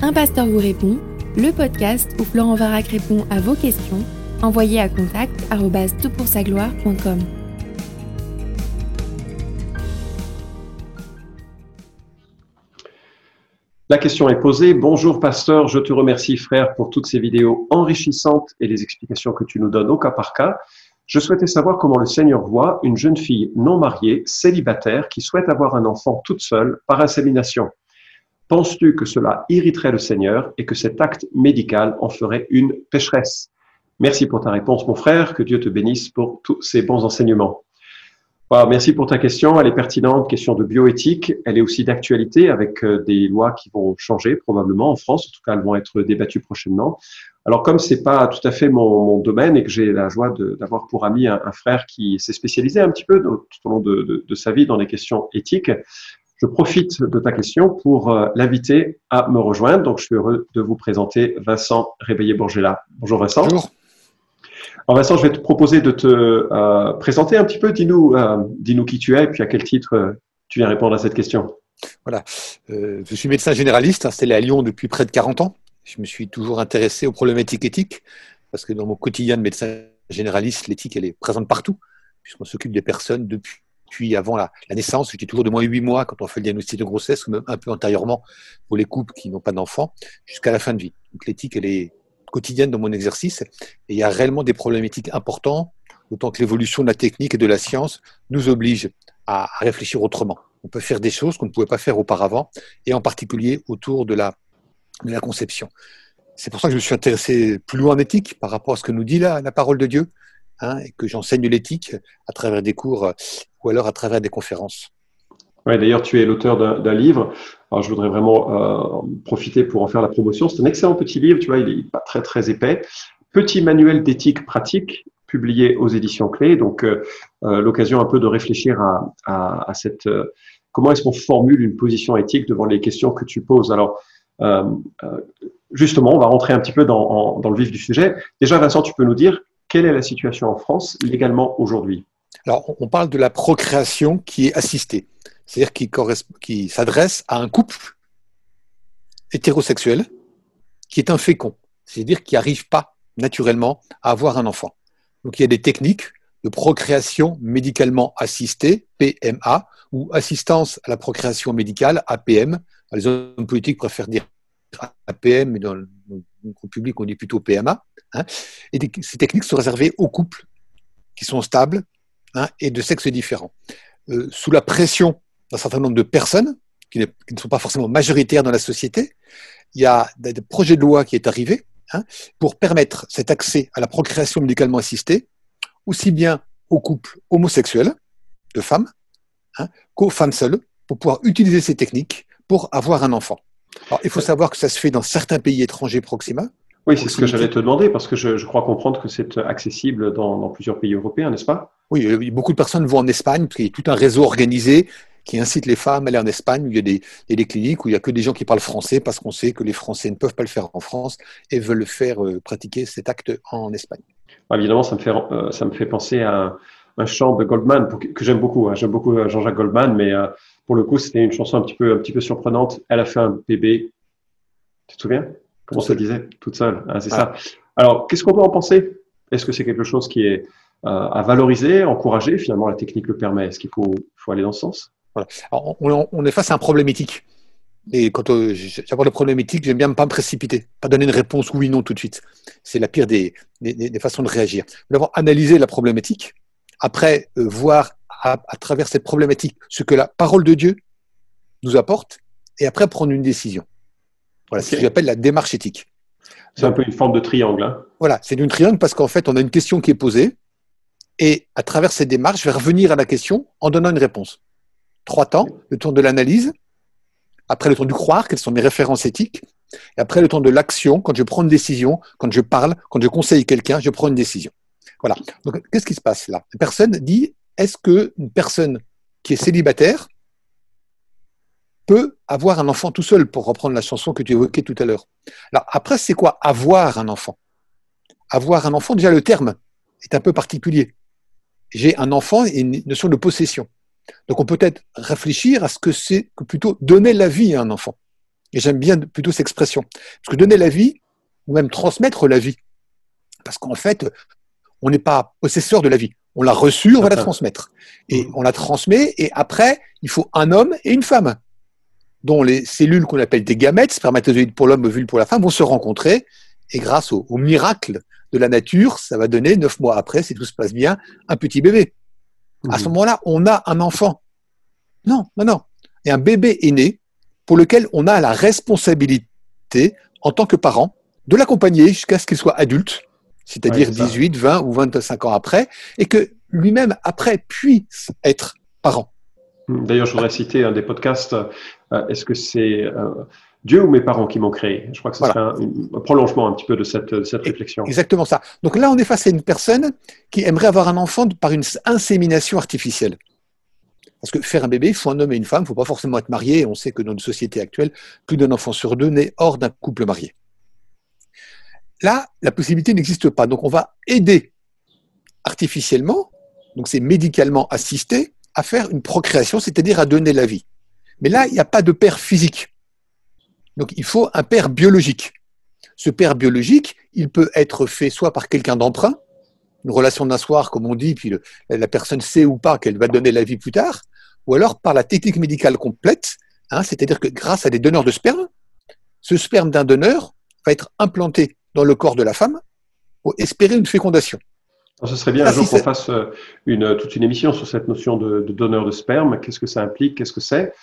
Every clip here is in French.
Un pasteur vous répond, le podcast où Florent Varac répond à vos questions, envoyez à contact@toutpoursagloire.com. La question est posée. Bonjour pasteur, je te remercie frère pour toutes ces vidéos enrichissantes et les explications que tu nous donnes au cas par cas. Je souhaitais savoir comment le Seigneur voit une jeune fille non mariée, célibataire, qui souhaite avoir un enfant toute seule par insémination. Penses-tu que cela irriterait le Seigneur et que cet acte médical en ferait une pécheresse? Merci pour ta réponse, mon frère. Que Dieu te bénisse pour tous ces bons enseignements. Voilà, merci pour ta question. Elle est pertinente, question de bioéthique. Elle est aussi d'actualité avec des lois qui vont changer probablement en France. En tout cas, elles vont être débattues prochainement. Alors, comme c'est pas tout à fait mon domaine et que j'ai la joie d'avoir pour ami un frère qui s'est spécialisé un petit peu tout au long de sa vie dans les questions éthiques, je profite de ta question pour l'inviter à me rejoindre. Donc, je suis heureux de vous présenter Vincent Réveillé-Bourgela. Bonjour Vincent. Bonjour. Alors Vincent, je vais te proposer de te présenter un petit peu. Dis-nous qui tu es et puis à quel titre tu viens répondre à cette question. Voilà. Je suis médecin généraliste, installé à Lyon depuis près de 40 ans. Je me suis toujours intéressé aux problématiques éthiques parce que dans mon quotidien de médecin généraliste, l'éthique, elle est présente partout puisqu'on s'occupe des personnes depuis avant la naissance, qui est toujours de moins 8 mois quand on fait le diagnostic de grossesse, ou même un peu antérieurement pour les couples qui n'ont pas d'enfants, jusqu'à la fin de vie. Donc l'éthique, elle est quotidienne dans mon exercice et il y a réellement des problématiques importantes, d'autant que l'évolution de la technique et de la science nous oblige à réfléchir autrement. On peut faire des choses qu'on ne pouvait pas faire auparavant et en particulier autour de la conception. C'est pour ça que je me suis intéressé plus loin en éthique par rapport à ce que nous dit la parole de Dieu, et que j'enseigne l'éthique à travers des cours ou alors à travers des conférences. Ouais, d'ailleurs, tu es l'auteur d'un livre. Alors, je voudrais vraiment profiter pour en faire la promotion. C'est un excellent petit livre, tu vois, il est pas très très épais. Petit manuel d'éthique pratique, publié aux éditions Clés. Donc, l'occasion un peu de réfléchir à cette comment est-ce qu'on formule une position éthique devant les questions que tu poses. Alors, justement, on va rentrer un petit peu dans le vif du sujet. Déjà, Vincent, tu peux nous dire quelle est la situation en France légalement aujourd'hui? Alors, on parle de la procréation qui est assistée, c'est-à-dire qui s'adresse à un couple hétérosexuel qui est infécond, c'est-à-dire qui n'arrive pas naturellement à avoir un enfant. Donc, il y a des techniques de procréation médicalement assistée, PMA, ou assistance à la procréation médicale, APM. Les hommes politiques préfèrent dire APM, mais dans le public, on dit plutôt PMA. Et ces techniques sont réservées aux couples qui sont stables et de sexes différents. Sous la pression d'un certain nombre de personnes qui ne sont pas forcément majoritaires dans la société, il y a des projets de loi qui est arrivé pour permettre cet accès à la procréation médicalement assistée aussi bien aux couples homosexuels de femmes qu'aux femmes seules pour pouvoir utiliser ces techniques pour avoir un enfant. Alors, il faut savoir que ça se fait dans certains pays étrangers proximins. Oui, c'est ce que j'allais te demander, parce que je crois comprendre que c'est accessible dans plusieurs pays européens, n'est-ce pas? Oui, beaucoup de personnes vont en Espagne, parce qu'il y a tout un réseau organisé qui incite les femmes à aller en Espagne, où il y a des cliniques où il n'y a que des gens qui parlent français, parce qu'on sait que les Français ne peuvent pas le faire en France et veulent faire pratiquer cet acte en Espagne. Évidemment, ça me fait penser à un chant de Goldman, que j'aime beaucoup. J'aime beaucoup Jean-Jacques Goldman, mais pour le coup, c'était une chanson un petit peu surprenante. Elle a fait un bébé. Tu te souviens? Comment ça disait? Toute seule. C'est ça. Alors, qu'est-ce qu'on doit en penser? Est-ce que c'est quelque chose qui est à valoriser, encourager? Finalement, la technique le permet. Est-ce qu'il faut aller dans ce sens? Voilà. Alors, on est face à un problème éthique. Et quand j'aborde le problème éthique, j'aime bien ne pas me précipiter, pas donner une réponse oui, non tout de suite. C'est la pire des façons de réagir. D'abord, analyser la problématique. Après, voir à travers cette problématique ce que la parole de Dieu nous apporte. Et après, prendre une décision. Voilà, c'est ce que j'appelle la démarche éthique. C'est un peu une forme de triangle. Voilà, c'est une triangle parce qu'en fait, on a une question qui est posée et à travers cette démarche, je vais revenir à la question en donnant une réponse. 3 temps, le temps de l'analyse, après le temps du croire, quelles sont mes références éthiques, et après le temps de l'action, quand je prends une décision, quand je parle, quand je conseille quelqu'un, je prends une décision. Voilà. Donc, qu'est-ce qui se passe là? La personne dit, est-ce qu'une personne qui est célibataire peut avoir un enfant tout seul, pour reprendre la chanson que tu évoquais tout à l'heure. Alors après, c'est quoi avoir un enfant? Avoir un enfant, déjà le terme est un peu particulier. J'ai un enfant et une notion de possession. Donc on peut peut-être réfléchir à ce que c'est que plutôt donner la vie à un enfant. Et j'aime bien plutôt cette expression. Parce que donner la vie, ou même transmettre la vie, parce qu'en fait, on n'est pas possesseur de la vie. On l'a reçue, on va la transmettre. Et on la transmet, et après, il faut un homme et une femme, dont les cellules qu'on appelle des gamètes, spermatozoïdes pour l'homme, ovules pour la femme, vont se rencontrer, et grâce au miracle de la nature, ça va donner 9 mois après, si tout se passe bien, un petit bébé. À ce moment-là, on a un enfant. Non. Et un bébé est né pour lequel on a la responsabilité, en tant que parent, de l'accompagner jusqu'à ce qu'il soit adulte, c'est-à-dire 18, 20 ou 25 ans après, et que lui-même, après, puisse être parent. D'ailleurs, je voudrais citer un des podcasts, est-ce que c'est Dieu ou mes parents qui m'ont créé? Je crois que ce serait un prolongement un petit peu de cette réflexion. Exactement ça. Donc là, on est face à une personne qui aimerait avoir un enfant par une insémination artificielle. Parce que faire un bébé, il faut un homme et une femme, il ne faut pas forcément être marié. On sait que dans notre société actuelle, plus d'un enfant sur 2 naît hors d'un couple marié. Là, la possibilité n'existe pas. Donc, on va aider artificiellement, donc c'est médicalement assisté, à faire une procréation, c'est-à-dire à donner la vie. Mais là, il n'y a pas de père physique. Donc, il faut un père biologique. Ce père biologique, il peut être fait soit par quelqu'un d'emprunt, une relation d'un soir, comme on dit, puis la personne sait ou pas qu'elle va donner la vie plus tard, ou alors par la technique médicale complète, c'est-à-dire que grâce à des donneurs de sperme, ce sperme d'un donneur va être implanté dans le corps de la femme pour espérer une fécondation. Alors, ce serait bien un jour qu'on fasse toute une émission sur cette notion de donneur de sperme. Qu'est-ce que ça implique? Qu'est-ce que c'est?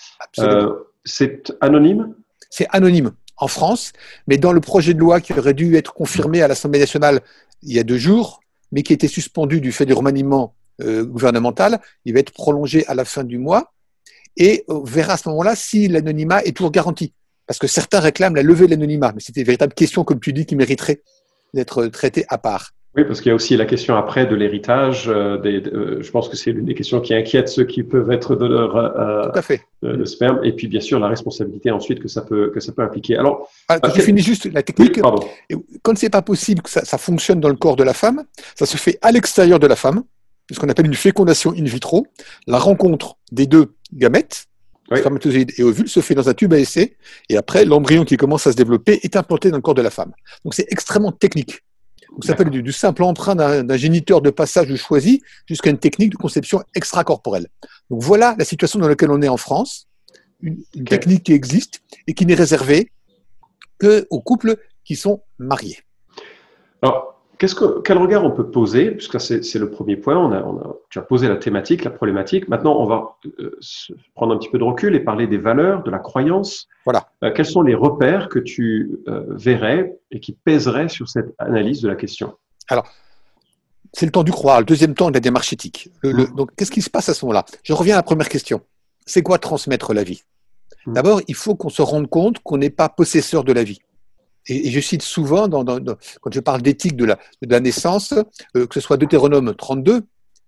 C'est anonyme? C'est anonyme en France, mais dans le projet de loi qui aurait dû être confirmé à l'Assemblée nationale il y a 2 jours, mais qui était suspendu du fait du remaniement gouvernemental, il va être prolongé à la fin du mois et on verra à ce moment-là si l'anonymat est toujours garanti. Parce que certains réclament la levée de l'anonymat, mais c'est une véritable question, comme tu dis, qui mériterait d'être traitée à part. Oui, parce qu'il y a aussi la question après de l'héritage. Je pense que c'est l'une des questions qui inquiète ceux qui peuvent être donneurs de sperme. Et puis, bien sûr, la responsabilité ensuite que ça peut impliquer. Alors, je finis juste la technique. Oui, pardon. Quand c'est pas possible que ça fonctionne dans le corps de la femme, ça se fait à l'extérieur de la femme, ce qu'on appelle une fécondation in vitro. La rencontre des 2 gamètes, spermatozoïdes et ovules, se fait dans un tube à essai. Et après, l'embryon qui commence à se développer est implanté dans le corps de la femme. Donc, c'est extrêmement technique. Donc, ça s'appelle du simple emprunt d'un géniteur de passage choisi jusqu'à une technique de conception extracorporelle. Donc, voilà la situation dans laquelle on est en France. Une technique qui existe et qui n'est réservée qu'aux couples qui sont mariés. Alors, quel regard on peut poser, puisque c'est le premier point, tu as posé la thématique, la problématique. Maintenant, on va prendre un petit peu de recul et parler des valeurs, de la croyance. Voilà. Quels sont les repères que tu verrais et qui pèseraient sur cette analyse de la question? Alors, c'est le temps du croire, le deuxième temps de la démarche éthique. Donc, qu'est-ce qui se passe à ce moment-là? Je reviens à la première question. C'est quoi transmettre la vie? D'abord, il faut qu'on se rende compte qu'on n'est pas possesseur de la vie. Et je cite souvent, quand je parle d'éthique de la naissance, que ce soit Deutéronome 32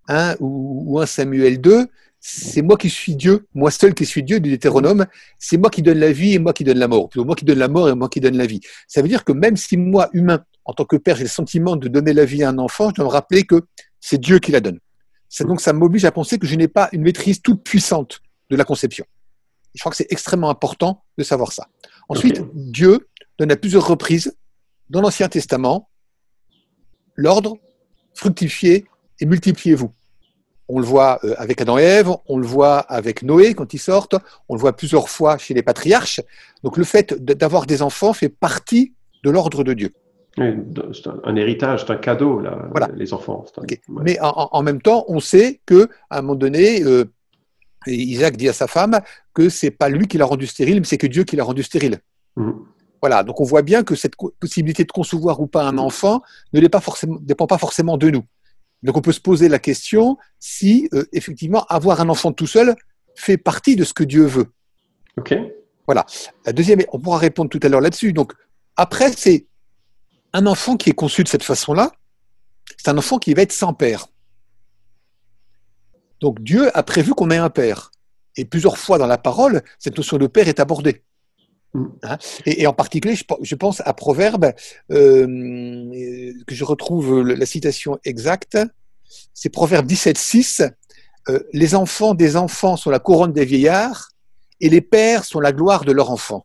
ou 1 Samuel 2, c'est moi qui suis Dieu, moi seul qui suis Dieu du Deutéronome, c'est moi qui donne la vie et moi qui donne la mort. Plutôt moi qui donne la mort et moi qui donne la vie. Ça veut dire que même si moi, humain, en tant que père, j'ai le sentiment de donner la vie à un enfant, je dois me rappeler que c'est Dieu qui la donne. Donc ça m'oblige à penser que je n'ai pas une maîtrise toute puissante de la conception. Je crois que c'est extrêmement important de savoir ça. Ensuite, Dieu donne à plusieurs reprises dans l'Ancien Testament l'ordre fructifiez et multipliez-vous. On le voit avec Adam et Ève, on le voit avec Noé quand ils sortent, on le voit plusieurs fois chez les patriarches. Donc le fait d'avoir des enfants fait partie de l'ordre de Dieu. Oui, c'est un héritage, c'est un cadeau, là, voilà. Les enfants. Mais en même temps, on sait qu'à un moment donné, Isaac dit à sa femme que c'est pas lui qui l'a rendu stérile, mais c'est que Dieu qui l'a rendu stérile. Voilà, donc on voit bien que cette possibilité de concevoir ou pas un enfant ne dépend pas forcément de nous. Donc on peut se poser la question si effectivement avoir un enfant tout seul fait partie de ce que Dieu veut. Ok. Voilà. La deuxième, on pourra répondre tout à l'heure là-dessus. Donc après, c'est un enfant qui est conçu de cette façon-là, c'est un enfant qui va être sans père. Donc Dieu a prévu qu'on ait un père. Et plusieurs fois dans la parole, cette notion de père est abordée. Et en particulier, je pense à Proverbe, que je retrouve la citation exacte, c'est Proverbe 17,6, les enfants des enfants sont la couronne des vieillards, et les pères sont la gloire de leurs enfants.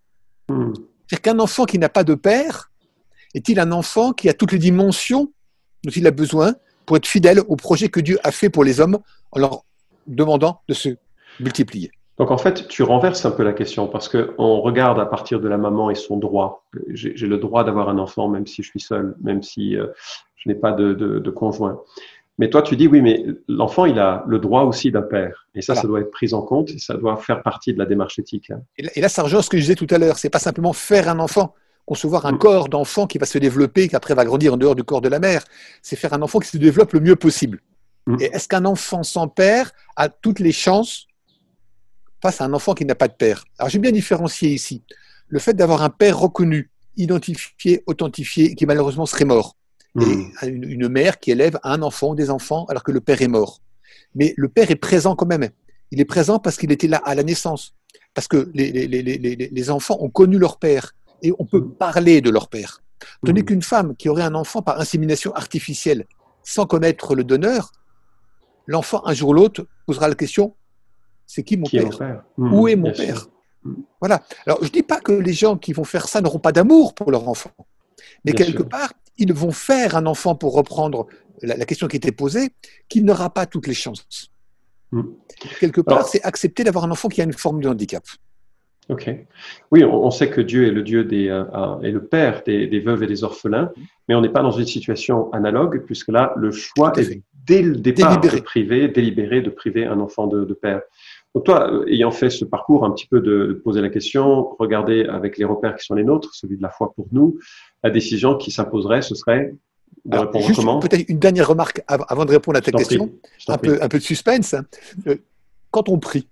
C'est-à-dire qu'un enfant qui n'a pas de père est-il un enfant qui a toutes les dimensions dont il a besoin pour être fidèle au projet que Dieu a fait pour les hommes en leur demandant de se multiplier. Donc en fait, tu renverses un peu la question parce qu'on regarde à partir de la maman et son droit. J'ai le droit d'avoir un enfant même si je suis seul, même si je n'ai pas de conjoint. Mais toi, tu dis oui, mais l'enfant, il a le droit aussi d'un père. Et ça, Voilà. ça doit être pris en compte et ça doit faire partie de la démarche éthique. Et là, ça rejoint ce que je disais tout à l'heure. C'est pas simplement faire un enfant, concevoir un corps d'enfant qui va se développer, qui après va grandir en dehors du corps de la mère. C'est faire un enfant qui se développe le mieux possible. Et est-ce qu'un enfant sans père a toutes les chances face à un enfant qui n'a pas de père? Alors, j'ai bien différencié ici. Le fait d'avoir un père reconnu, identifié, authentifié, qui malheureusement serait mort. Et une mère qui élève un enfant ou des enfants alors que le père est mort. Mais le père est présent quand même. Il est présent parce qu'il était là à la naissance. Parce que les enfants ont connu leur père et on peut parler de leur père. Tandis qu'une femme qui aurait un enfant par insémination artificielle sans connaître le donneur, l'enfant, un jour ou l'autre, posera la question, c'est qui mon père? Où est mon père? Voilà. Alors, je ne dis pas que les gens qui vont faire ça n'auront pas d'amour pour leur enfant. Mais quelque part, ils vont faire un enfant, pour reprendre la question qui était posée, qui n'aura pas toutes les chances. Quelque part, c'est accepter d'avoir un enfant qui a une forme de handicap. Ok. Oui, on sait que Dieu est le Dieu est le père des veuves et des orphelins, mais on n'est pas dans une situation analogue, puisque là, le choix est dès le départ délibéré de priver un enfant de père. Donc toi, ayant fait ce parcours un petit peu de poser la question, regarder avec les repères qui sont les nôtres, celui de la foi pour nous, la décision qui s'imposerait, ce serait de répondre juste comment? Peut-être une dernière remarque avant de répondre à ta question, un peu de suspense. Quand on prie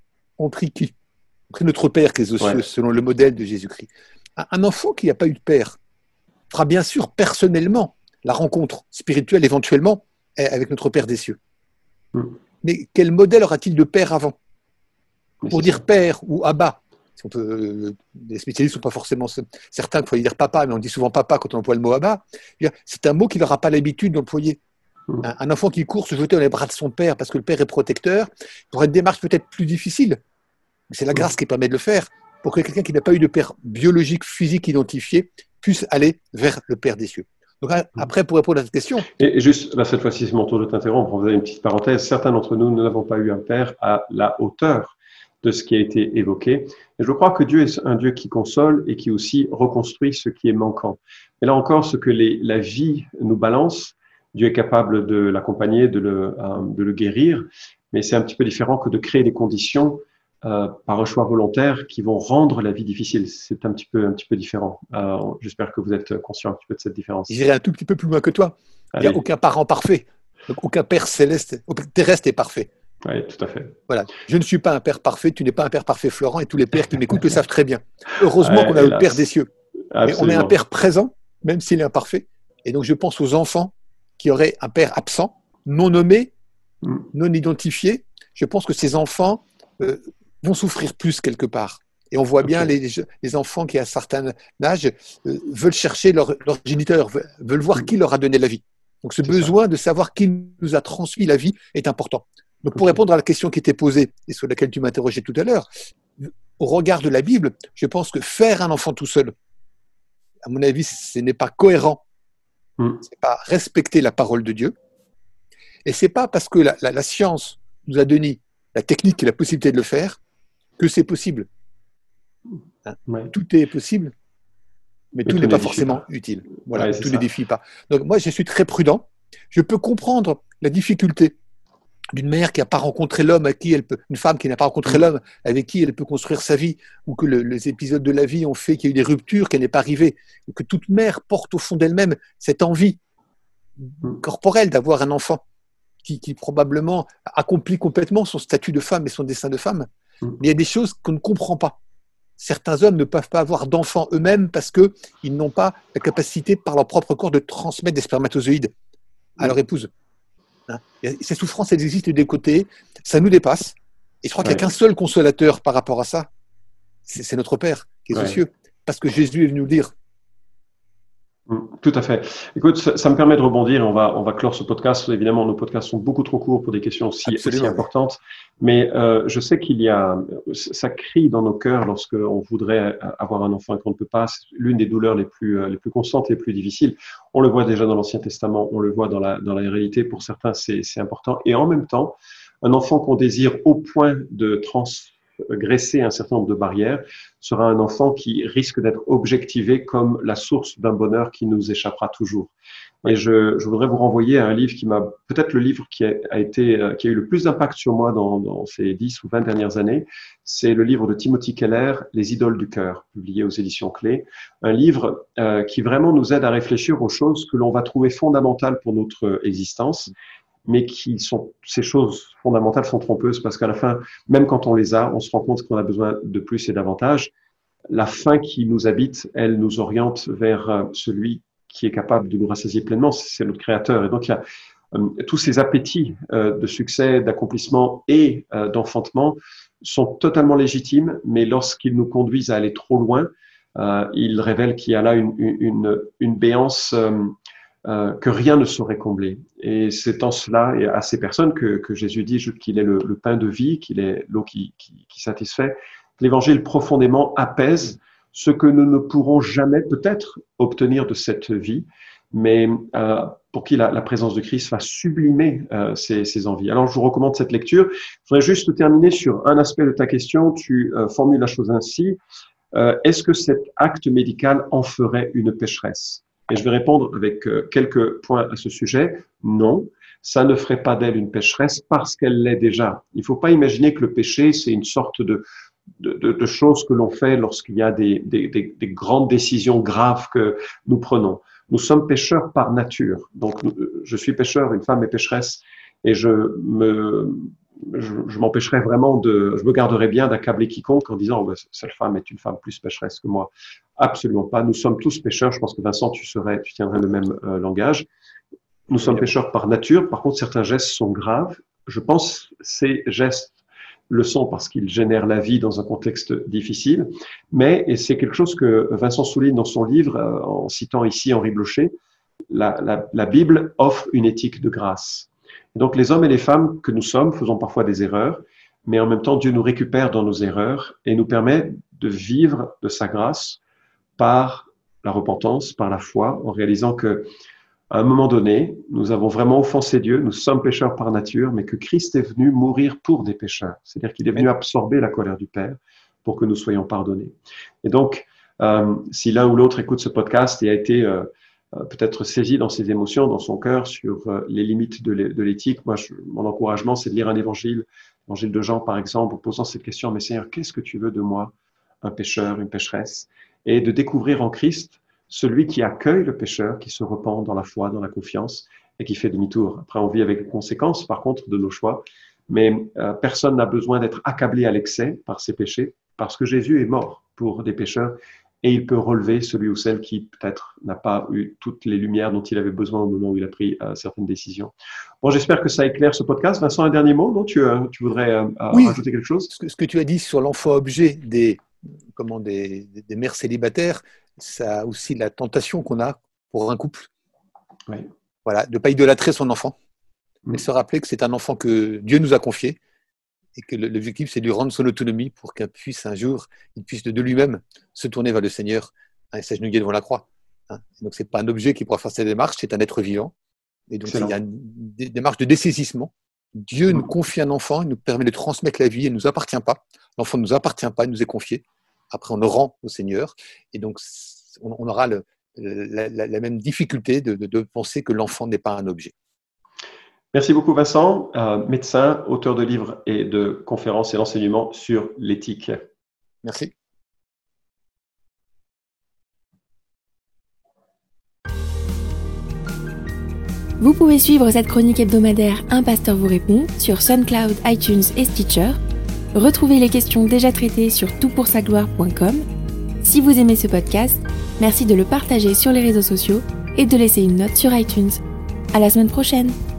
qui? On prie notre Père qui est aux cieux, selon le modèle de Jésus-Christ. Un enfant qui n'a pas eu de père fera bien sûr personnellement la rencontre spirituelle éventuellement avec notre Père des cieux. Mais quel modèle aura-t-il de père avant? Pour dire père ou abba, si on peut, les spécialistes ne sont pas forcément certains qu'il faut dire papa, mais on dit souvent papa quand on emploie le mot abba. C'est un mot qu'il n'aura pas l'habitude d'employer. Un enfant qui court se jeter dans les bras de son père parce que le père est protecteur, pour une démarche peut-être plus difficile. Mais c'est la grâce qui permet de le faire, pour que quelqu'un qui n'a pas eu de père biologique, physique identifié, puisse aller vers le Père des cieux. Donc après, pour répondre à cette question… Et juste, là, cette fois-ci, c'est mon tour de t'interrompre, vous avez une petite parenthèse. Certains d'entre nous, nous n'avons pas eu un père à la hauteur de ce qui a été évoqué. Et je crois que Dieu est un Dieu qui console et qui aussi reconstruit ce qui est manquant. Et là encore, ce que la vie nous balance, Dieu est capable de l'accompagner, de le guérir, mais c'est un petit peu différent que de créer des conditions par un choix volontaire qui vont rendre la vie difficile. C'est un petit peu différent. J'espère que vous êtes conscient un petit peu de cette différence. J'irai un tout petit peu plus loin que toi. Il n'y a aucun parent parfait. Donc, aucun père terrestre est parfait. Oui, tout à fait. Voilà. Je ne suis pas un père parfait, tu n'es pas un père parfait, Florent, et tous les pères qui m'écoutent le savent très bien. Heureusement qu'on a le Père des cieux. Mais on est un père présent, même s'il est imparfait. Et donc, je pense aux enfants qui auraient un père absent, non nommé, non identifié. Je pense que ces enfants vont souffrir plus quelque part. Et on voit bien les enfants qui, à un certain âge, veulent chercher leur géniteur, veulent voir qui leur a donné la vie. Donc, ce besoin de savoir qui nous a transmis la vie est important. Donc, pour répondre à la question qui était posée et sur laquelle tu m'interrogeais tout à l'heure, au regard de la Bible, je pense que faire un enfant tout seul, à mon avis, ce n'est pas cohérent. Ce n'est pas respecter la parole de Dieu. Et ce n'est pas parce que la science nous a donné la technique et la possibilité de le faire que c'est possible. Tout est possible, mais tout n'est pas forcément utile. Voilà, tout ne défie pas. Donc moi, je suis très prudent. Je peux comprendre la difficulté d'une mère qui n'a pas rencontré l'homme à qui elle peut, une femme qui n'a pas rencontré l'homme avec qui elle peut construire sa vie, ou que les épisodes de la vie ont fait qu'il y a eu des ruptures, qu'elle n'est pas arrivée, et que toute mère porte au fond d'elle-même cette envie corporelle d'avoir un enfant qui probablement accomplit complètement son statut de femme et son destin de femme. Mais il y a des choses qu'on ne comprend pas. Certains hommes ne peuvent pas avoir d'enfants eux-mêmes parce qu'ils n'ont pas la capacité par leur propre corps de transmettre des spermatozoïdes à leur épouse. Ces souffrances, elles existent des côtés, ça nous dépasse. Et je crois qu'il n'y a qu'un seul consolateur par rapport à ça, c'est notre Père qui est aux cieux. Parce que Jésus est venu nous dire, Tout à fait. Écoute, ça me permet de rebondir. On va clore ce podcast. Évidemment, nos podcasts sont beaucoup trop courts pour des questions aussi importantes. Mais je sais ça crie dans nos cœurs lorsque on voudrait avoir un enfant et qu'on ne peut pas. C'est l'une des douleurs les plus constantes et les plus difficiles. On le voit déjà dans l'Ancien Testament. On le voit dans la réalité. Pour certains, c'est important. Et en même temps, un enfant qu'on désire au point de transgresser un certain nombre de barrières sera un enfant qui risque d'être objectivé comme la source d'un bonheur qui nous échappera toujours. Et je voudrais vous renvoyer à un livre peut-être le livre qui a eu le plus d'impact sur moi dans ces 10 ou 20 dernières années. C'est le livre de Timothy Keller, Les idoles du cœur, publié aux éditions Clés. Un livre qui vraiment nous aide à réfléchir aux choses que l'on va trouver fondamentales pour notre existence, mais ces choses fondamentales sont trompeuses parce qu'à la fin, même quand on les a, on se rend compte qu'on a besoin de plus et davantage. La fin qui nous habite, elle nous oriente vers celui qui est capable de nous rassasier pleinement, c'est notre Créateur. Et donc, il y a tous ces appétits de succès, d'accomplissement et d'enfantement sont totalement légitimes, mais lorsqu'ils nous conduisent à aller trop loin, ils révèlent qu'il y a là une béance que rien ne saurait combler. Et c'est en cela, et à ces personnes que Jésus dit qu'il est le pain de vie, qu'il est l'eau qui satisfait, que l'Évangile profondément apaise ce que nous ne pourrons jamais peut-être obtenir de cette vie, mais pour qui la présence de Christ va sublimer ces envies. Alors, je vous recommande cette lecture. Je voudrais juste terminer sur un aspect de ta question. Tu formules la chose ainsi. Est-ce que cet acte médical en ferait une pécheresse ? Et je vais répondre avec quelques points à ce sujet. Non, ça ne ferait pas d'elle une pécheresse parce qu'elle l'est déjà. Il ne faut pas imaginer que le péché, c'est une sorte de choses que l'on fait lorsqu'il y a des grandes décisions graves que nous prenons. Nous sommes pécheurs par nature. Donc, je suis pécheur, une femme est pécheresse, et je m'empêcherais vraiment je me garderais bien d'accabler quiconque en disant cette femme est une femme plus pécheresse que moi. Absolument pas. Nous sommes tous pécheurs. Je pense que Vincent, tu tiendrais le même langage. Nous sommes pécheurs par nature. Par contre, certains gestes sont graves. Je pense que ces gestes le sont parce qu'ils génèrent la vie dans un contexte difficile. Et c'est quelque chose que Vincent souligne dans son livre, en citant ici Henri Blocher, la Bible offre une éthique de grâce. Et donc, les hommes et les femmes que nous sommes faisons parfois des erreurs, mais en même temps, Dieu nous récupère dans nos erreurs et nous permet de vivre de sa grâce par la repentance, par la foi, en réalisant que à un moment donné, nous avons vraiment offensé Dieu, nous sommes pécheurs par nature, mais que Christ est venu mourir pour des pécheurs. C'est-à-dire qu'il est venu absorber la colère du Père pour que nous soyons pardonnés. Et donc, si l'un ou l'autre écoute ce podcast et a été peut-être saisi dans ses émotions, dans son cœur, sur les limites de l'éthique, mon encouragement, c'est de lire un évangile, l'évangile de Jean par exemple, en posant cette question, mais Seigneur, qu'est-ce que tu veux de moi, un pécheur, une pécheresse, et de découvrir en Christ celui qui accueille le pécheur, qui se repent dans la foi, dans la confiance, et qui fait demi-tour. Après, on vit avec les conséquences, par contre, de nos choix, mais personne n'a besoin d'être accablé à l'excès par ses péchés, parce que Jésus est mort pour des pécheurs, et il peut relever celui ou celle qui, peut-être, n'a pas eu toutes les lumières dont il avait besoin au moment où il a pris certaines décisions. Bon, j'espère que ça éclaire ce podcast. Vincent, un dernier mot, non ? Tu voudrais rajouter quelque chose ? Ce que tu as dit sur l'enfant-objet des mères célibataires, ça a aussi la tentation qu'on a pour un couple. Oui. Voilà, de ne pas idolâtrer son enfant, mais se rappeler que c'est un enfant que Dieu nous a confié et que l'objectif, c'est de lui rendre son autonomie pour qu'il puisse un jour, il puisse de lui-même se tourner vers le Seigneur et s'agenouiller devant la croix. Donc, ce n'est pas un objet qui pourra faire cette démarche, c'est un être vivant. Et donc, il y a une démarche de dessaisissement. Dieu nous confie un enfant, il nous permet de transmettre la vie, il ne nous appartient pas. L'enfant ne nous appartient pas, il nous est confié. Après, on le rend au Seigneur. Et donc, on aura la même difficulté de penser que l'enfant n'est pas un objet. Merci beaucoup, Vincent, médecin, auteur de livres et de conférences et d'enseignements sur l'éthique. Merci. Vous pouvez suivre cette chronique hebdomadaire Un pasteur vous répond sur SoundCloud, iTunes et Stitcher. Retrouvez les questions déjà traitées sur toutpoursagloire.com. Si vous aimez ce podcast, merci de le partager sur les réseaux sociaux et de laisser une note sur iTunes. À la semaine prochaine!